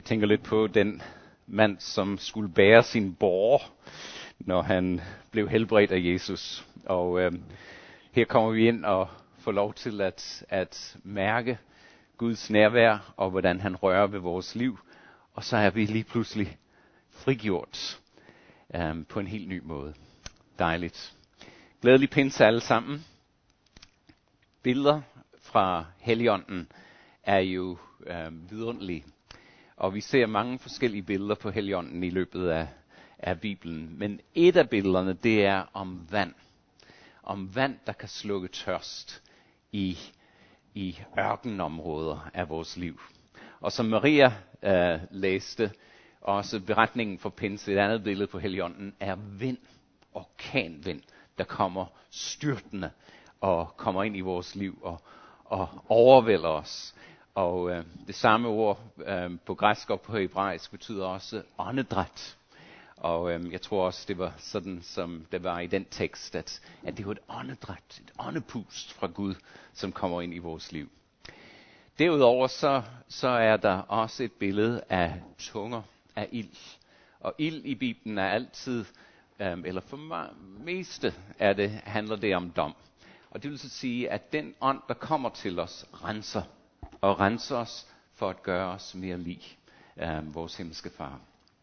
Jeg tænker lidt på den mand, som skulle bære sin båre, når han blev helbredt af Jesus. Og her kommer vi ind og får lov til at mærke Guds nærvær, og hvordan han rører ved vores liv. Og så er vi lige pludselig frigjort på en helt ny måde. Dejligt. Glædelig pinse alle sammen. Billeder fra Helligånden er jo vidunderlige. Og vi ser mange forskellige billeder på Helligånden i løbet af Bibelen. Men et af billederne, det er om vand. Om vand, der kan slukke tørst i ørkenområder af vores liv. Og som Maria læste, også beretningen for pinse, et andet billede på Helligånden, er vind, orkanvind, der kommer styrtende og kommer ind i vores liv og overvælder os. Og det samme ord på græsk og på hebraisk betyder også åndedræt. Og jeg tror også, det var sådan, som det var i den tekst, at det var et åndedræt, et åndepust fra Gud, som kommer ind i vores liv. Derudover så er der også et billede af tunger, af ild. Og ild i Bibelen er altid, eller for meste af det, handler det om dom. Og det vil så sige, at den ånd, der kommer til os, renser os for at gøre os mere lig vores himmelske far.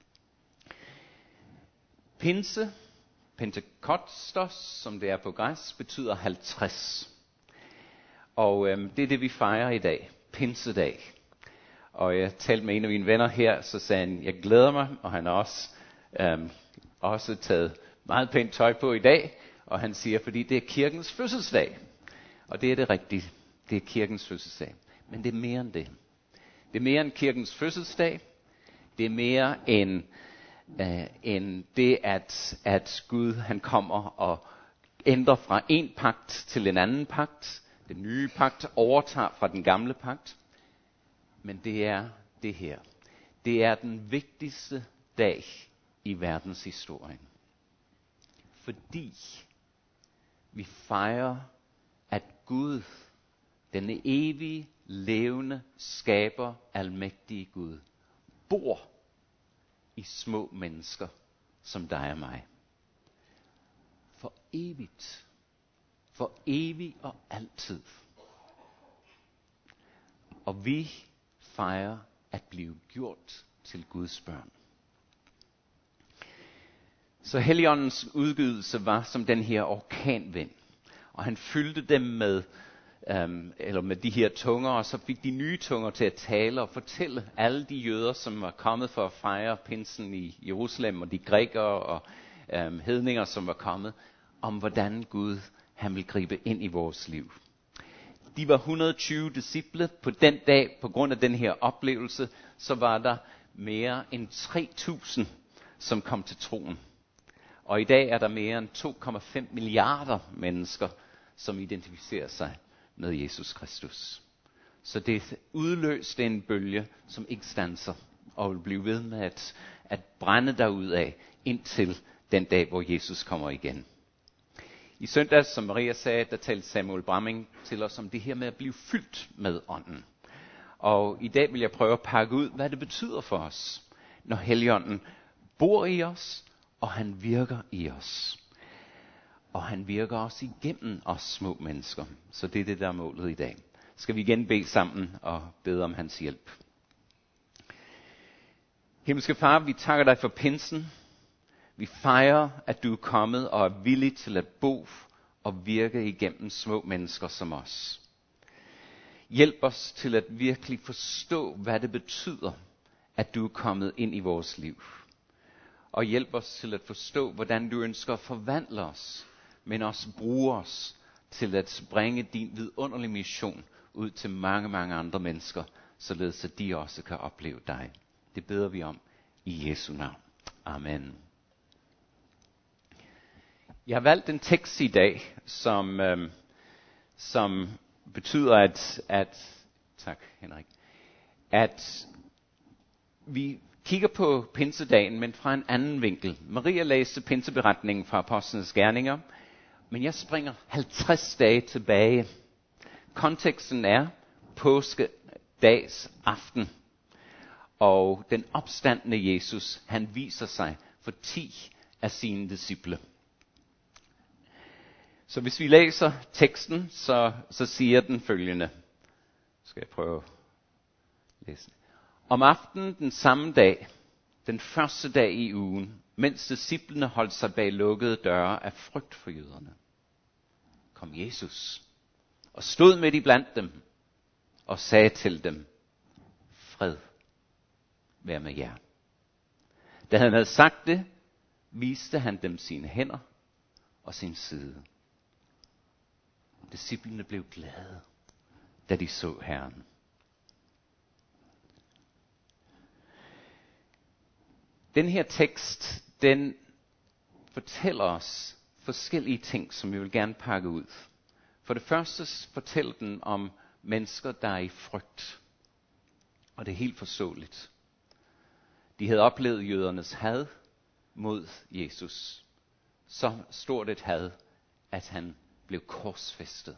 Pinse, Pentekostos, som det er på græsk, betyder 50. Og det er det, vi fejrer i dag, pinsedag. Og jeg talte med en af mine venner her, så sagde han, jeg glæder mig, og han har også taget meget pænt tøj på i dag. Og han siger, fordi det er kirkens fødselsdag. Og det er det rigtige, det er kirkens fødselsdag. Men det er mere end det. Det er mere end kirkens fødselsdag. Det er mere end det, at Gud han kommer og ændrer fra en pagt til en anden pagt. Den nye pagt overtager fra den gamle pagt. Men det er det her. Det er den vigtigste dag i verdenshistorien. Fordi vi fejrer, at Gud, denne evige, levende, skaber, almægtige Gud, bor i små mennesker, som dig og mig. For evigt. For evigt og altid. Og vi fejrer at blive gjort til Guds børn. Så Helligåndens udgydelse var som den her orkanvind. Og han fyldte dem med de her tunger, og så fik de nye tunger til at tale og fortælle alle de jøder, som var kommet for at fejre pinsen i Jerusalem, og de grækere og hedninger, som var kommet, om hvordan Gud han vil gribe ind i vores liv. De var 120 disciple. På den dag, på grund af den her oplevelse, så var der mere end 3.000, som kom til troen. Og i dag er der mere end 2,5 milliarder mennesker, som identificerer sig med Jesus Kristus. Så det udløste en bølge, som ikke standser, og vil blive ved med at brænde derudad, indtil den dag, hvor Jesus kommer igen. I søndags, som Maria sagde, der talte Samuel Bramming til os om det her med at blive fyldt med ånden. Og i dag vil jeg prøve at pakke ud, hvad det betyder for os, når Helligånden bor i os, og han virker i os. Og han virker også igennem os små mennesker. Så det er det, der er målet i dag. Skal vi igen bede sammen og bede om hans hjælp. Himmelske Far, vi takker dig for pinsen. Vi fejrer, at du er kommet og er villig til at bo og virke igennem små mennesker som os. Hjælp os til at virkelig forstå, hvad det betyder, at du er kommet ind i vores liv. Og hjælp os til at forstå, hvordan du ønsker at forvandle os, men også bruge os til at bringe din vidunderlige mission ud til mange, mange andre mennesker, således at de også kan opleve dig. Det beder vi om i Jesu navn. Amen. Jeg har valgt en tekst i dag, som betyder, tak Henrik, at vi kigger på pinsedagen, men fra en anden vinkel. Maria læste pinseberetningen fra Apostlenes Gerninger, men jeg springer 50 dage tilbage. Konteksten er påskedags aften. og den opstandne Jesus, han viser sig for 10 af sine disciple. Så hvis vi læser teksten, så siger den følgende. Skal jeg prøve at læse. Om aftenen den samme dag, den første dag i ugen, mens disciplene holdt sig bag lukkede døre af frygt for jøderne, kom Jesus og stod midt iblandt dem og sagde til dem, fred være med jer. Da han havde sagt det, viste han dem sine hænder og sin side. Disciplene blev glade, da de så Herren. Den her tekst, den fortæller os forskellige ting, som vi vil gerne pakke ud. For det første fortæller den om mennesker, der er i frygt. Og det er helt forståeligt. De havde oplevet jødernes had mod Jesus. Så stort et had, at han blev korsfæstet.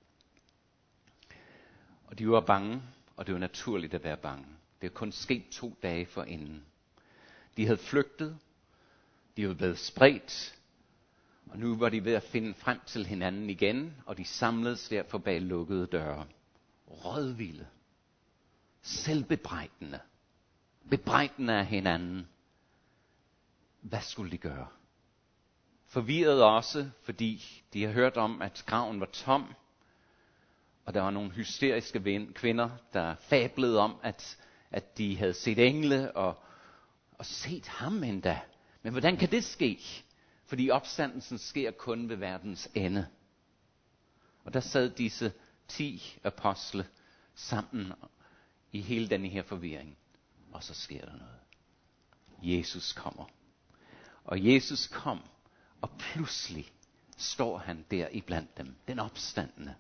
Og de var bange, og det var naturligt at være bange. Det er kun sket 2 dage forinden. De havde flygtet, de var blevet spredt, og nu var de ved at finde frem til hinanden igen, og de samledes derfor bag lukkede døre. Rådvilde, selvbebrejdende, bebrejdende af hinanden. Hvad skulle de gøre? Forvirret også, fordi de har hørt om, at graven var tom, og der var nogle hysteriske kvinder, der fablede om, at de havde set engle og set ham endda. Men hvordan kan det ske? Fordi opstandelsen sker kun ved verdens ende. Og der sad disse 10 apostle sammen i hele denne her forvirring. Og så sker der noget. Jesus kommer. Og Jesus kom, og pludselig står han der iblandt dem, den opstandne.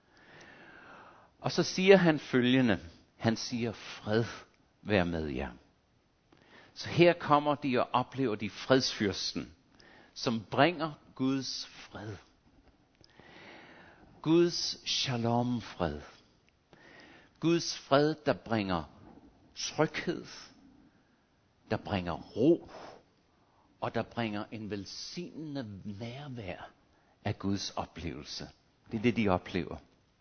Og så siger han følgende. Han siger, fred vær med jer. Så her kommer de og oplever de fredsfyrsten, som bringer Guds fred. Guds shalom-fred. Guds fred, der bringer tryghed, der bringer ro, og der bringer en velsignende nærvær af Guds oplevelse. Det er det, de oplever.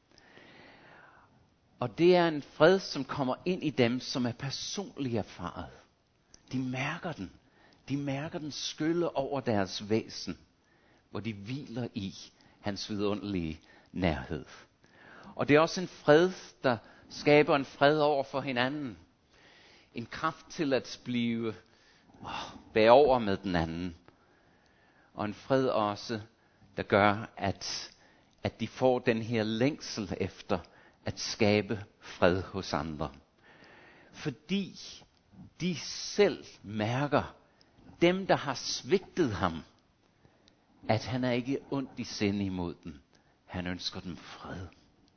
Og det er en fred, som kommer ind i dem, som er personligt erfaret. De mærker den. De mærker den skylle over deres væsen, hvor de hviler i hans vidunderlige nærhed. Og det er også en fred, der skaber en fred over for hinanden. En kraft til at bære over med den anden. Og en fred også, der gør, at de får den her længsel efter at skabe fred hos andre. Fordi de selv mærker, dem der har svigtet ham, at han er ikke ondt i sinde imod dem. Han ønsker dem fred.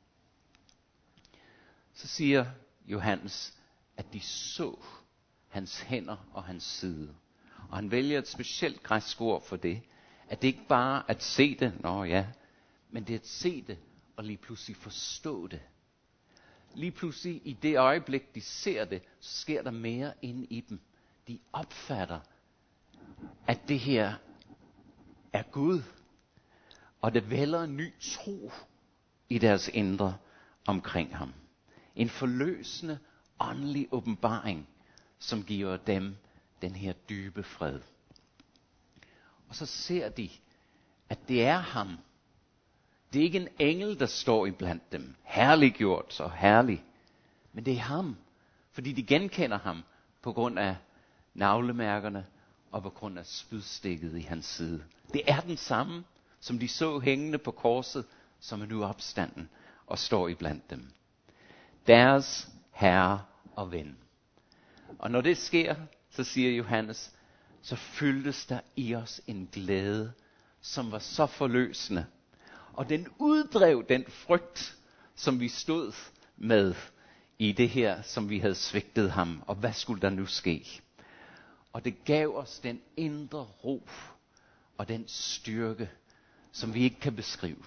Så siger Johannes, at de så hans hænder og hans side. Og han vælger et specielt græsk ord for det. At det ikke bare at se det, men det er at se det og lige pludselig forstå det. Lige pludselig i det øjeblik, de ser det, så sker der mere inde i dem. De opfatter, at det her er Gud. Og det vælger en ny tro i deres indre omkring ham. En forløsende åndelig åbenbaring, som giver dem den her dybe fred. Og så ser de, at det er ham. Det er ikke en engel, der står iblandt dem, herliggjort og herlig. Men det er ham, fordi de genkender ham på grund af navlemærkerne og på grund af spydstikket i hans side. Det er den samme, som de så hængende på korset, som er nu opstanden og står iblandt dem. Deres herre og ven. Og når det sker, så siger Johannes, så fyldtes der i os en glæde, som var så forløsende. Og den uddrev den frygt, som vi stod med i det her, som vi havde svigtet ham. Og hvad skulle der nu ske? Og det gav os den indre ro og den styrke, som vi ikke kan beskrive.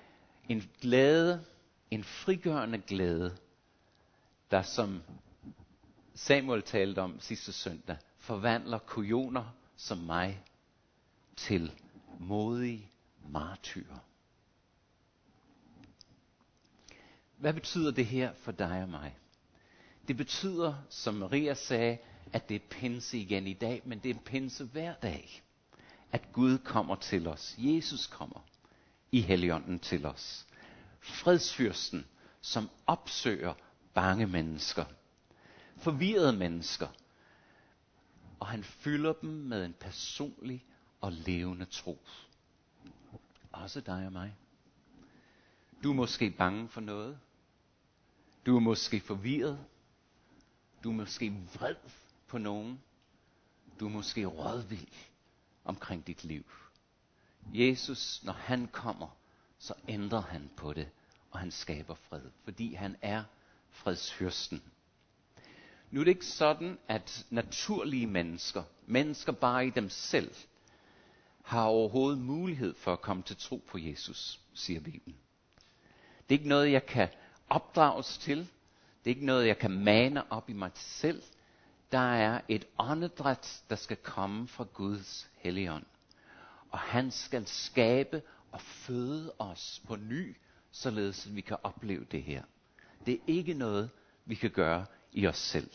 En glæde, en frigørende glæde, der som Samuel talte om sidste søndag, forvandler kujoner som mig til modige martyrer. Hvad betyder det her for dig og mig? Det betyder, som Maria sagde, at det er pinse igen i dag, men det er pinse hver dag. At Gud kommer til os. Jesus kommer i Helligånden til os. Fredsfyrsten, som opsøger bange mennesker. Forvirrede mennesker. Og han fylder dem med en personlig og levende tro. Også dig og mig. Du er måske bange for noget. Du er måske forvirret. Du er måske vred på nogen. Du er måske rådvild omkring dit liv. Jesus, når han kommer, så ændrer han på det, og han skaber fred, fordi han er fredsfyrsten. Nu er det ikke sådan, at naturlige mennesker bare i dem selv, har overhovedet mulighed for at komme til tro på Jesus, siger Bibelen. Det er ikke noget, jeg kan opdrages til. Det er ikke noget, jeg kan mane op i mig selv. Der er et åndedræt, der skal komme fra Guds Helligånd. Og han skal skabe og føde os på ny, således at vi kan opleve det her. Det er ikke noget, vi kan gøre i os selv.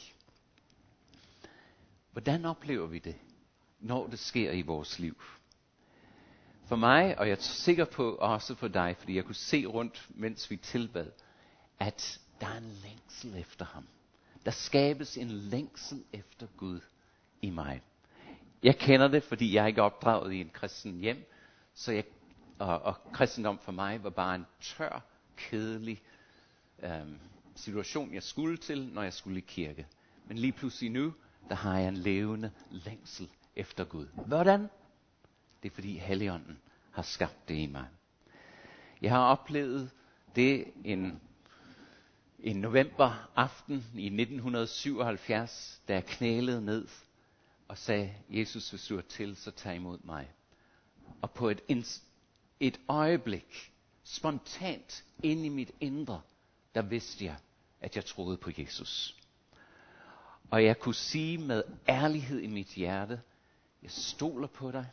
Hvordan oplever vi det, når det sker i vores liv? For mig, og jeg er sikker på også for dig, fordi jeg kunne se rundt, mens vi tilbad, at der er en længsel efter ham. Der skabes en længsel efter Gud i mig. Jeg kender det, fordi jeg ikke er opdraget i en kristen hjem, og kristendom for mig var bare en tør, kedelig situation, jeg skulle til, når jeg skulle i kirke. Men lige pludselig nu, der har jeg en levende længsel efter Gud. Hvordan? Det er fordi Helligånden har skabt det i mig. Jeg har oplevet det en november aften i 1977, da jeg knælede ned og sagde, Jesus, hvis du er til, så tag imod mig. Og på et øjeblik, spontant ind i mit indre, der vidste jeg, at jeg troede på Jesus. Og jeg kunne sige med ærlighed i mit hjerte, jeg stoler på dig.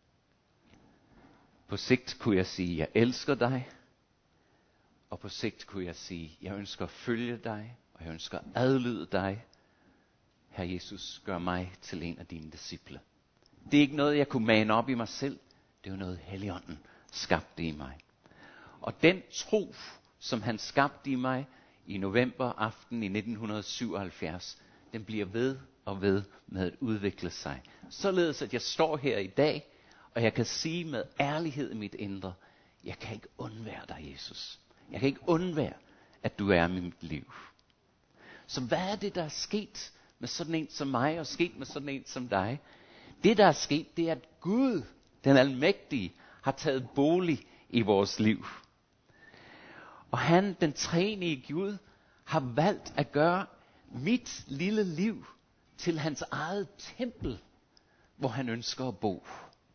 På sigt kunne jeg sige, jeg elsker dig. Og på sigt kunne jeg sige, jeg ønsker at følge dig, og jeg ønsker at adlyde dig. Herre Jesus, gør mig til en af dine disciple. Det er ikke noget, jeg kunne mane op i mig selv. Det er jo noget, Helligånden skabte i mig. Og den tro, som han skabte i mig i november aften i 1977, den bliver ved og ved med at udvikle sig. Således at jeg står her i dag, og jeg kan sige med ærlighed i mit indre, jeg kan ikke undvære dig, Jesus. Jeg kan ikke undvære, at du er i mit liv. Så hvad er det, der er sket med sådan en som mig, og sket med sådan en som dig? Det, der er sket, det er, at Gud, den almægtige, har taget bolig i vores liv. Og han, den treenige Gud, har valgt at gøre mit lille liv til hans eget tempel, hvor han ønsker at bo.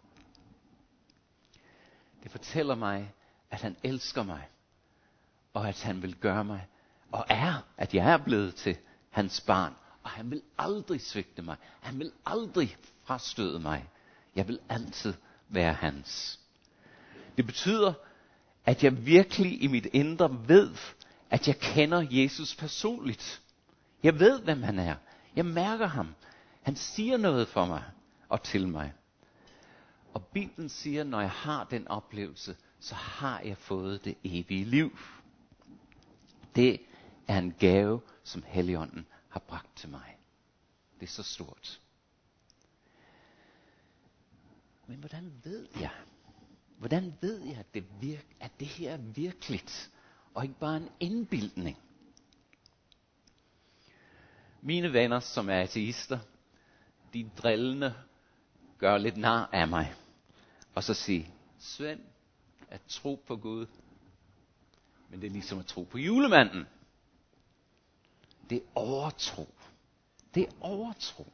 Det fortæller mig, at han elsker mig, og at han vil gøre mig, at jeg er blevet til hans barn, og han vil aldrig svigte mig. Han vil aldrig frastøde mig. Jeg vil altid være hans. Det betyder, at jeg virkelig i mit indre ved, at jeg kender Jesus personligt. Jeg ved, hvem han er. Jeg mærker ham. Han siger noget for mig og til mig. Og Bibelen siger, når jeg har den oplevelse, så har jeg fået det evige liv. Det er en gave, som Helligånden har bragt til mig. Det er så stort. Men hvordan ved jeg? Hvordan ved jeg, at det her er virkeligt, og ikke bare en indbildning? Mine venner, som er ateister, de drillende gør lidt nar af mig. Og så siger, Svend, at tro på Gud, men det er ligesom at tro på julemanden. Det er overtro. Det er overtro.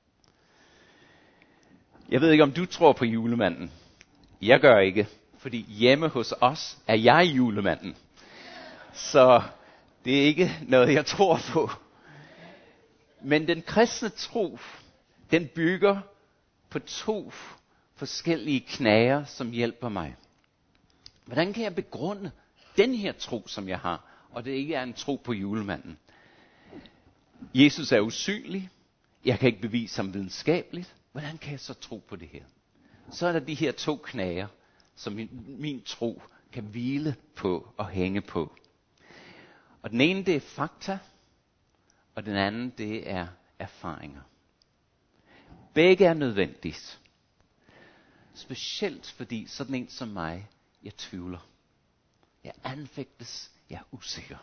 Jeg ved ikke, om du tror på julemanden. Jeg gør ikke, fordi hjemme hos os er jeg julemanden. Så det er ikke noget, jeg tror på. Men den kristne tro, den bygger på 2 forskellige knager, som hjælper mig. Hvordan kan jeg begrunde den her tro, som jeg har, og det ikke er en tro på julemanden? Jesus er usynlig. Jeg kan ikke bevise ham videnskabeligt. Hvordan kan jeg så tro på det her? Så er der de her 2 knager, som min tro kan hvile på og hænge på. Og den ene, det er fakta, og den anden, det er erfaringer. Begge er nødvendigt. Specielt fordi sådan en som mig, jeg tvivler. Jeg anfægtes, jeg er usikker.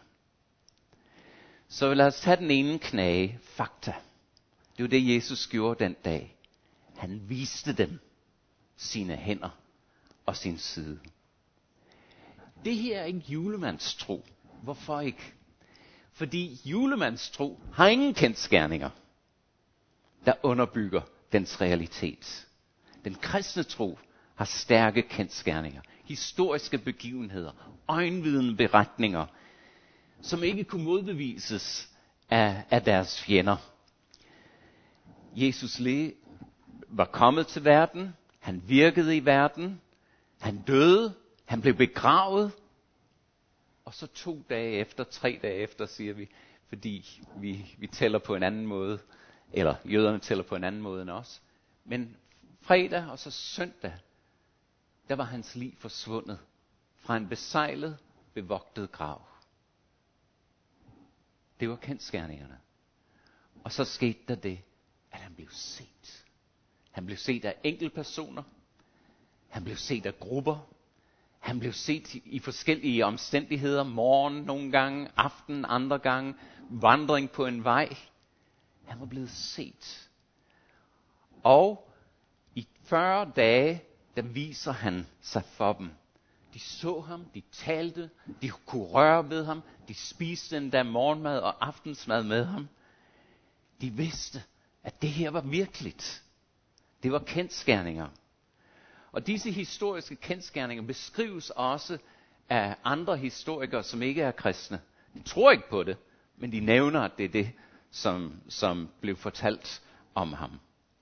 Så lad os tage den ene knage, fakta. Det var det, Jesus gjorde den dag. Han viste dem sine hænder og sin side. Det her er ikke julemandstro. Hvorfor ikke? Fordi julemandstro har ingen kendsgerninger, der underbygger dens realitet. Den kristne tro har stærke kendsgerninger, historiske begivenheder, øjenvidende beretninger, som ikke kunne modbevises af deres fjender. Jesus var kommet til verden, han virkede i verden, han døde, han blev begravet, og så 2 dage efter, 3 dage efter, siger vi, fordi vi tæller på en anden måde, eller jøderne tæller på en anden måde end os. Men fredag og så søndag, der var hans lig forsvundet fra en besejlet, bevogtet grav. Det var kendsgerningerne. Og så skete der det, at han blev set. Han blev set af enkeltpersoner. Han blev set af grupper. Han blev set i forskellige omstændigheder. Morgen nogle gange, aften andre gange, vandring på en vej. Han var blevet set. Og i 40 dage, der viser han sig for dem. De så ham, de talte, de kunne røre ved ham, de spiste endda morgenmad og aftensmad med ham. De vidste, at det her var virkeligt. Det var kendsgerninger. Og disse historiske kendsgerninger beskrives også af andre historikere, som ikke er kristne. De tror ikke på det, men de nævner, at det er det, som blev fortalt om ham.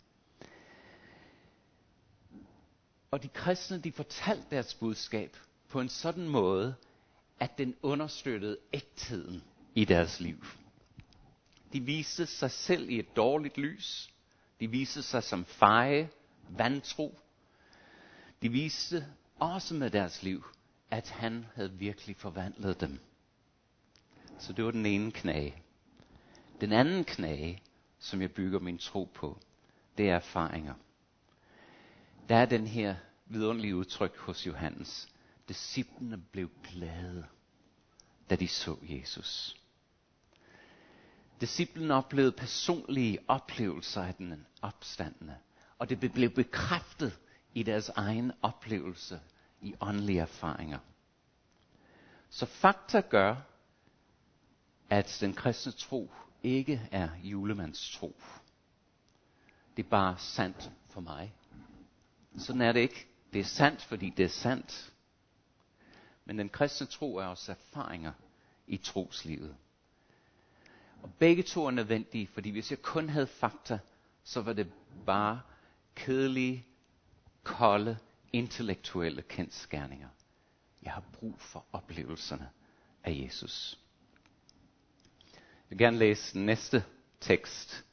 Og de kristne, de fortalte deres budskab på en sådan måde, at den understøttede ægtheden i deres liv. De viste sig selv i et dårligt lys. De viste sig som feje, vantro. De viste også med deres liv, at han havde virkelig forvandlet dem. Så det var den ene knage. Den anden knage, som jeg bygger min tro på, det er erfaringer. Der er den her vidunderlige udtryk hos Johannes. Disciplene blev glade, da de så Jesus. Disciplene oplevede personlige oplevelser af den opstandne, og det blev bekræftet i deres egen oplevelse i åndelige erfaringer. Så fakta gør, at den kristne tro ikke er julemands tro. Det er bare sandt for mig. Sådan er det ikke. Det er sandt, fordi det er sandt. Men den kristne tro er også erfaringer i troslivet. Og begge 2 er nødvendige, fordi hvis jeg kun havde fakta, så var det bare kedelige, kolde, intellektuelle kendsgerninger. Jeg har brug for oplevelserne af Jesus. Jeg vil gerne læse den næste tekst.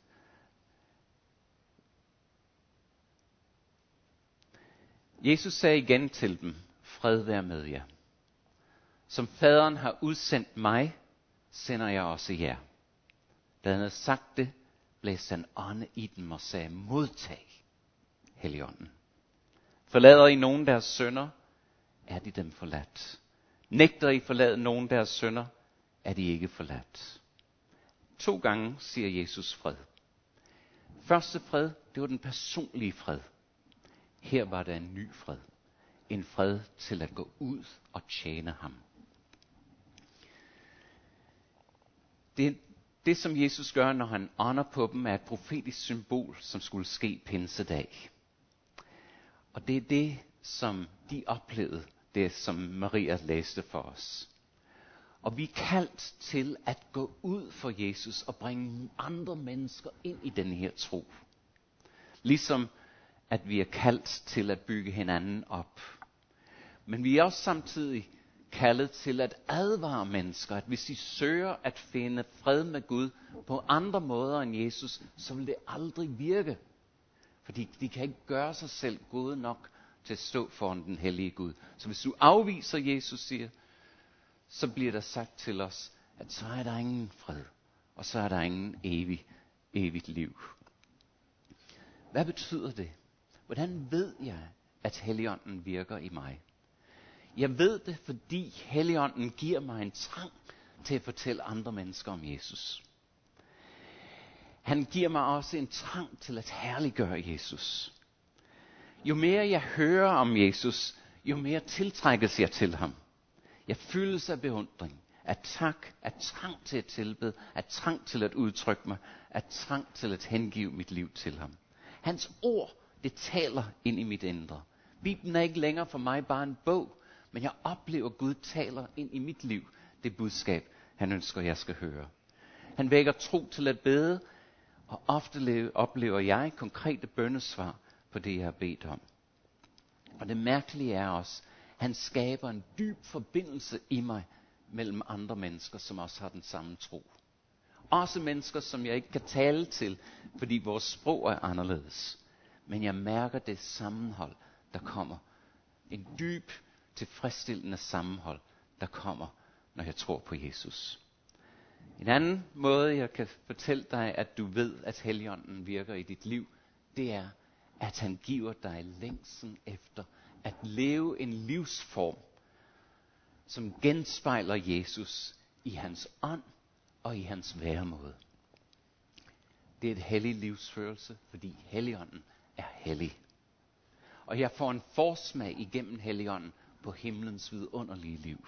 Jesus sagde igen til dem, fred være med jer. Som faderen har udsendt mig, sender jeg også jer. Da han havde sagt det, blæste han ånde i dem og sagde, modtag Helligånden. Forlader I nogen deres synder, er de dem forladt. Nægter I forlade nogen deres synder, er de ikke forladt. 2 gange siger Jesus fred. Første fred, det var den personlige fred. Her var der en ny fred. En fred til at gå ud og tjene ham. Det som Jesus gør, når han ånder på dem, er et profetisk symbol, som skulle ske pinsedag. Og det er det, som de oplevede, det som Maria læste for os. Og vi er kaldt til at gå ud for Jesus og bringe andre mennesker ind i den her tro. Ligesom at vi er kaldt til at bygge hinanden op. Men vi er også samtidig kaldet til at advare mennesker, at hvis de søger at finde fred med Gud på andre måder end Jesus, så vil det aldrig virke. Fordi de kan ikke gøre sig selv gode nok til at stå foran den hellige Gud. Så hvis du afviser Jesus, siger, så bliver der sagt til os, at så er der ingen fred, og så er der ingen evigt liv. Hvad betyder det? Hvordan ved jeg, at Helligånden virker i mig? Jeg ved det, fordi Helligånden giver mig en trang til at fortælle andre mennesker om Jesus. Han giver mig også en trang til at herliggøre Jesus. Jo mere jeg hører om Jesus, jo mere tiltrækkes jeg til ham. Jeg fyldes af beundring, af tak, af trang til at tilbede, af trang til at udtrykke mig, af trang til at hengive mit liv til ham. Hans ord, det taler ind i mit indre. Bibelen er ikke længere for mig bare en bog, men jeg oplever, at Gud taler ind i mit liv, det budskab, han ønsker, jeg skal høre. Han vækker tro til at bede, og ofte oplever jeg konkrete bønnesvar på det, jeg har bedt om. Og det mærkelige er også, han skaber en dyb forbindelse i mig mellem andre mennesker, som også har den samme tro. Også mennesker, som jeg ikke kan tale til, fordi vores sprog er anderledes. Men jeg mærker det sammenhold, der kommer. En dyb, tilfredsstillende sammenhold, der kommer, når jeg tror på Jesus. En anden måde, jeg kan fortælle dig, at du ved, at Helligånden virker i dit liv, det er, at han giver dig længslen efter at leve en livsform, som genspejler Jesus i hans ånd og i hans væremåde. Det er et hellig livsførelse, fordi Helligånden er hellig. Og jeg får en forsmag igennem Helligånden på himlens vidunderlige liv.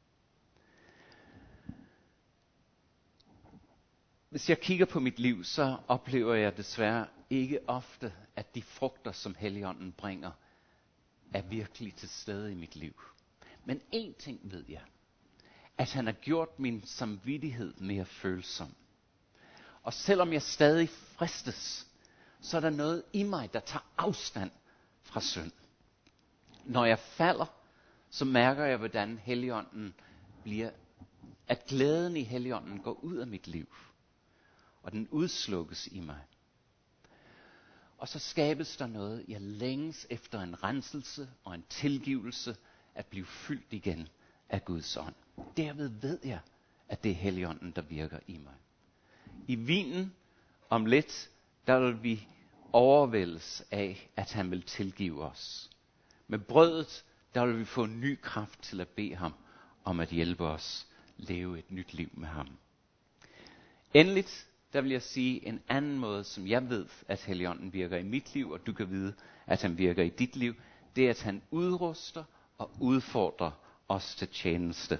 Hvis jeg kigger på mit liv, så oplever jeg desværre ikke ofte, at de frugter, som Helligånden bringer, er virkelig til stede i mit liv. Men én ting ved jeg, at han har gjort min samvittighed mere følsom. Og selvom jeg stadig fristes, så er der noget i mig, der tager afstand fra synd. Når jeg falder, så mærker jeg, hvordan Helligånden bliver, at glæden i Helligånden går ud af mit liv. Og den udslukkes i mig. Og så skabes der noget, jeg længes efter en renselse og en tilgivelse at blive fyldt igen af Guds ånd. Derved ved jeg, at det er Helligånden, der virker i mig. I vinen om lidt, der vil vi overvældes af, at han vil tilgive os. Med brødet, der vil vi få en ny kraft til at bede ham om at hjælpe os leve et nyt liv med ham. Endeligt, der vil jeg sige en anden måde, som jeg ved, at Helligånden virker i mit liv, og du kan vide, at han virker i dit liv, det er, at han udruster og udfordrer os til tjeneste.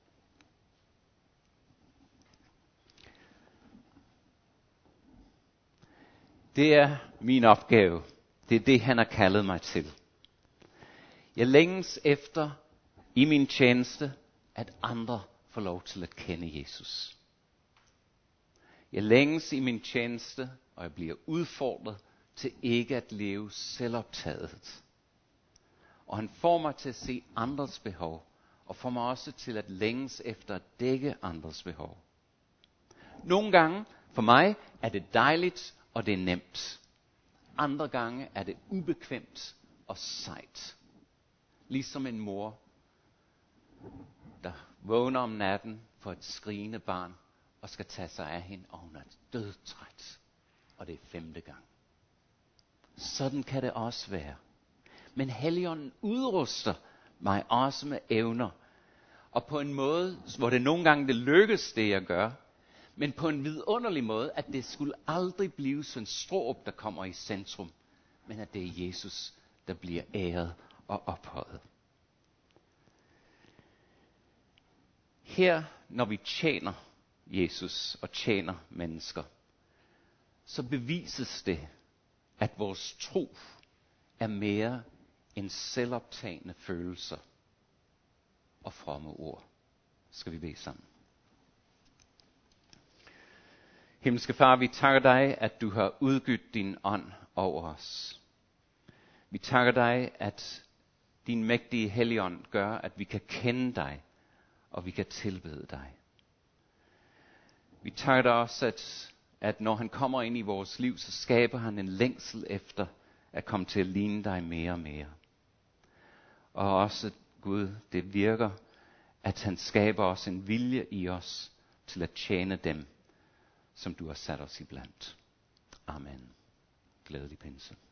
Det er min opgave. Det er det, han har kaldet mig til. Jeg længes efter i min tjeneste, at andre får lov til at kende Jesus. Jeg længes i min tjeneste, og jeg bliver udfordret til ikke at leve selvoptaget. Og han får mig til at se andres behov, og får mig også til at længes efter at dække andres behov. Nogle gange, for mig, er det dejligt, og det er nemt. Andre gange er det ubekvemt og sejt. Ligesom en mor, der vågner om natten for et skrigende barn, og skal tage sig af hende, og hun er dødtræt. Og det er 5. gang. Sådan kan det også være. Men Helligånden udruster mig også med evner. Og på en måde, hvor det nogle gange det lykkes, det jeg gør. Men på en vidunderlig måde, at det skulle aldrig blive sådan en straarup, der kommer i centrum. Men at det er Jesus, der bliver æret og ophøjet. Her, når vi tjener Jesus og tjener mennesker, så bevises det, at vores tro er mere end selvoptagende følelser og fromme ord. Skal vi bede sammen. Himmelske Far, vi takker dig, at du har udgydt din ånd over os. Vi takker dig, at din mægtige Helligånd gør, at vi kan kende dig, og vi kan tilbede dig. Vi takker dig også, at når han kommer ind i vores liv, så skaber han en længsel efter at komme til at ligne dig mere og mere. Og også, Gud, det virker, at han skaber os en vilje i os til at tjene dem, som du har sat os iblandt. Amen. Glædelig pinse.